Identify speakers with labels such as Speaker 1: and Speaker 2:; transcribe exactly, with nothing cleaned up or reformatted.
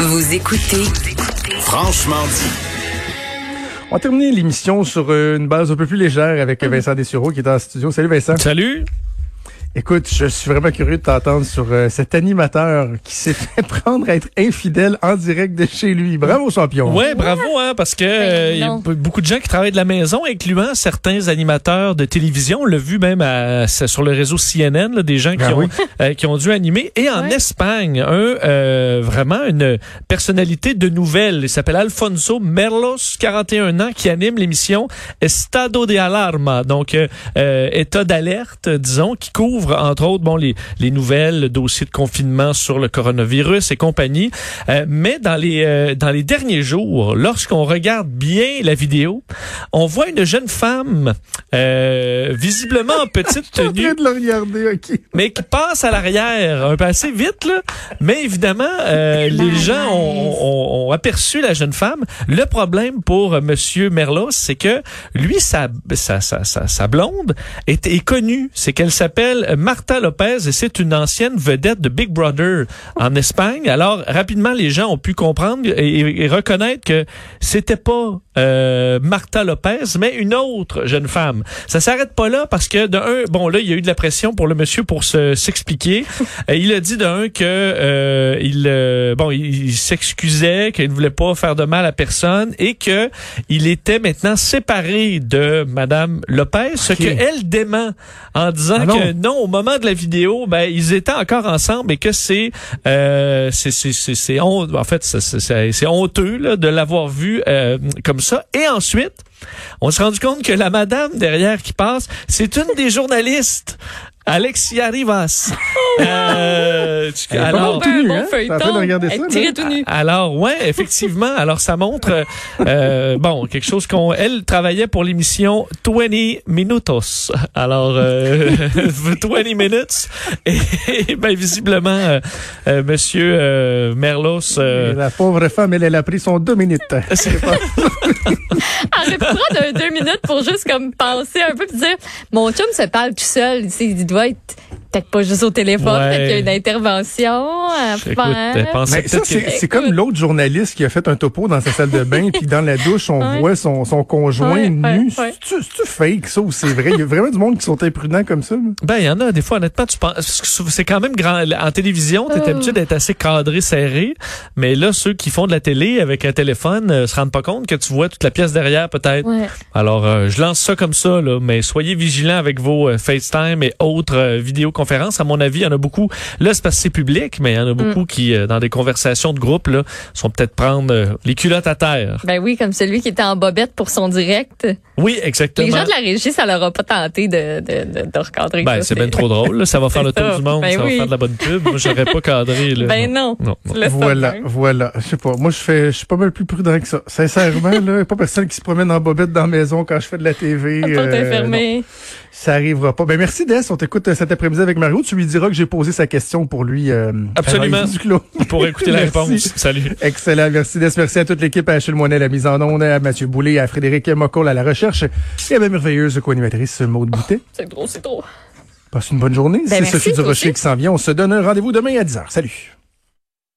Speaker 1: Vous écoutez
Speaker 2: Franchement dit.
Speaker 3: On va terminer l'émission sur une base un peu plus légère avec Vincent Dessureau qui est en studio. Salut Vincent.
Speaker 4: Salut.
Speaker 3: Écoute, je suis vraiment curieux de t'entendre sur euh, cet animateur qui s'est fait prendre à être infidèle en direct de chez lui. Bravo champion.
Speaker 4: Ouais, bravo hein, parce que euh, y a beaucoup de gens qui travaillent de la maison, incluant certains animateurs de télévision. On l'a vu même à, sur le réseau C N N, là, des gens qui, ah, ont, oui. euh, qui ont dû animer. Et en ouais. Espagne, un euh, vraiment une personnalité de nouvelles. Il s'appelle Alfonso Merlos, quarante et un ans, qui anime l'émission Estado de Alarma, donc euh, euh, état d'alerte, disons, qui couvre entre autres bon les les nouvelles, le dossier de confinement sur le coronavirus et compagnie. Euh, mais dans les euh, dans les derniers jours, lorsqu'on regarde bien la vidéo, on voit une jeune femme euh, visiblement en petite tenue.
Speaker 3: Je suis en train de la regarder, ok.
Speaker 4: Mais qui passe à l'arrière un peu assez vite là. Mais évidemment, euh, les gens ont, ont, ont aperçu la jeune femme. Le problème pour Monsieur Merlos, c'est que lui, sa sa sa sa, sa blonde est, est connue. C'est qu'elle s'appelle Marta Lopez et c'est une ancienne vedette de Big Brother en Espagne. Alors, rapidement, les gens ont pu comprendre et, et reconnaître que c'était pas euh, Marta Lopez, mais une autre jeune femme. Ça s'arrête pas là parce que, de un, bon, là, il y a eu de la pression pour le monsieur pour se, s'expliquer. Il a dit, de un, que euh, il, euh, bon, il, il s'excusait, qu'il ne voulait pas faire de mal à personne et que il était maintenant séparé de Madame Lopez, ce okay. qu'elle dément en disant ah que non, au moment de la vidéo, ben ils étaient encore ensemble et que c'est euh, c'est c'est c'est, c'est honte, en fait c'est c'est, c'est honteux là, de l'avoir vu euh, comme ça. Et ensuite, on s'est rendu compte que la madame derrière qui passe, c'est une des journalistes, Alexia Rivas. euh, tu, alors,
Speaker 3: bon tenue, hein? T'es en train de regarder ça,
Speaker 4: tout nu. Alors, ouais, effectivement. Alors, ça montre, euh, bon, quelque chose qu'on, elle travaillait pour l'émission vingt Minutos. Alors, euh, vingt minutes. Et, et ben, visiblement, euh, euh, monsieur, euh, Merlos, euh,
Speaker 3: la pauvre femme, elle, elle a pris son deux minutes.
Speaker 5: C'est pas... Arrête de prendre deux minutes pour juste comme penser un peu et dire, mon chum se parle tout seul, il doit être peut-être pas juste au téléphone, ouais. Peut-être qu'il y a une intervention à
Speaker 4: Écoute,
Speaker 5: faire.
Speaker 3: Mais ça, c'est, c'est comme l'autre journaliste qui a fait un topo dans sa salle de bain, puis dans la douche, on ouais. voit son, son conjoint ouais, nu. Ouais, ouais. C'est-tu, c'est-tu fake, ça, ou c'est vrai? Il y a vraiment du monde qui sont imprudents comme ça. Là.
Speaker 4: Ben, il y en a, des fois, honnêtement, tu penses, c'est quand même grand. En télévision, t'es oh. habitué d'être assez cadré, serré, mais là, ceux qui font de la télé avec un téléphone euh, se rendent pas compte que tu vois toute la pièce derrière, peut-être. Ouais. Alors, euh, je lance ça comme ça, là, mais soyez vigilants avec vos euh, FaceTime et autres euh, vidéoconférences. À mon avis, il y en a beaucoup. Là, c'est parce que c'est public, mais il y en a beaucoup mm. qui, euh, dans des conversations de groupe, là, sont peut-être prendre euh, les culottes à terre.
Speaker 5: Ben oui, comme celui qui était en bobette pour son direct.
Speaker 4: Oui, exactement.
Speaker 5: Les gens de la régie, ça leur a pas tenté de, de, de, de recadrer
Speaker 4: ben,
Speaker 5: ça.
Speaker 4: c'est bien trop drôle. Là. Ça va faire le tour du monde. Ben ça oui. va faire de la bonne pub. Moi, j'aurais pas cadré. Là.
Speaker 5: Ben non. non. non.
Speaker 3: Voilà, voilà. Je sais pas. Moi, je fais, je suis pas mal plus prudent que ça. Sincèrement, là, il n'y a pas personne qui se promène en bobette dans la maison quand je fais de la T V.
Speaker 5: La porte est fermée. Ça
Speaker 3: arrivera pas. Ben merci Des, on t'écoute cet après-midi avec Mario. Tu lui diras que j'ai posé sa question pour lui. Euh,
Speaker 4: Absolument. Pour écouter la réponse. Salut.
Speaker 3: Excellent. Merci Des. Merci à toute l'équipe, à Achille Moinet, la mise en onde, à Mathieu Boulay, à Frédéric Mocoll à la recherche et à ma merveilleuse co-animatrice Maude Boutet.
Speaker 5: C'est trop, c'est trop.
Speaker 3: Passe une bonne journée.
Speaker 5: Ben
Speaker 3: c'est Sophie Durocher qui s'en vient. On se donne un rendez-vous demain à dix heures. Salut.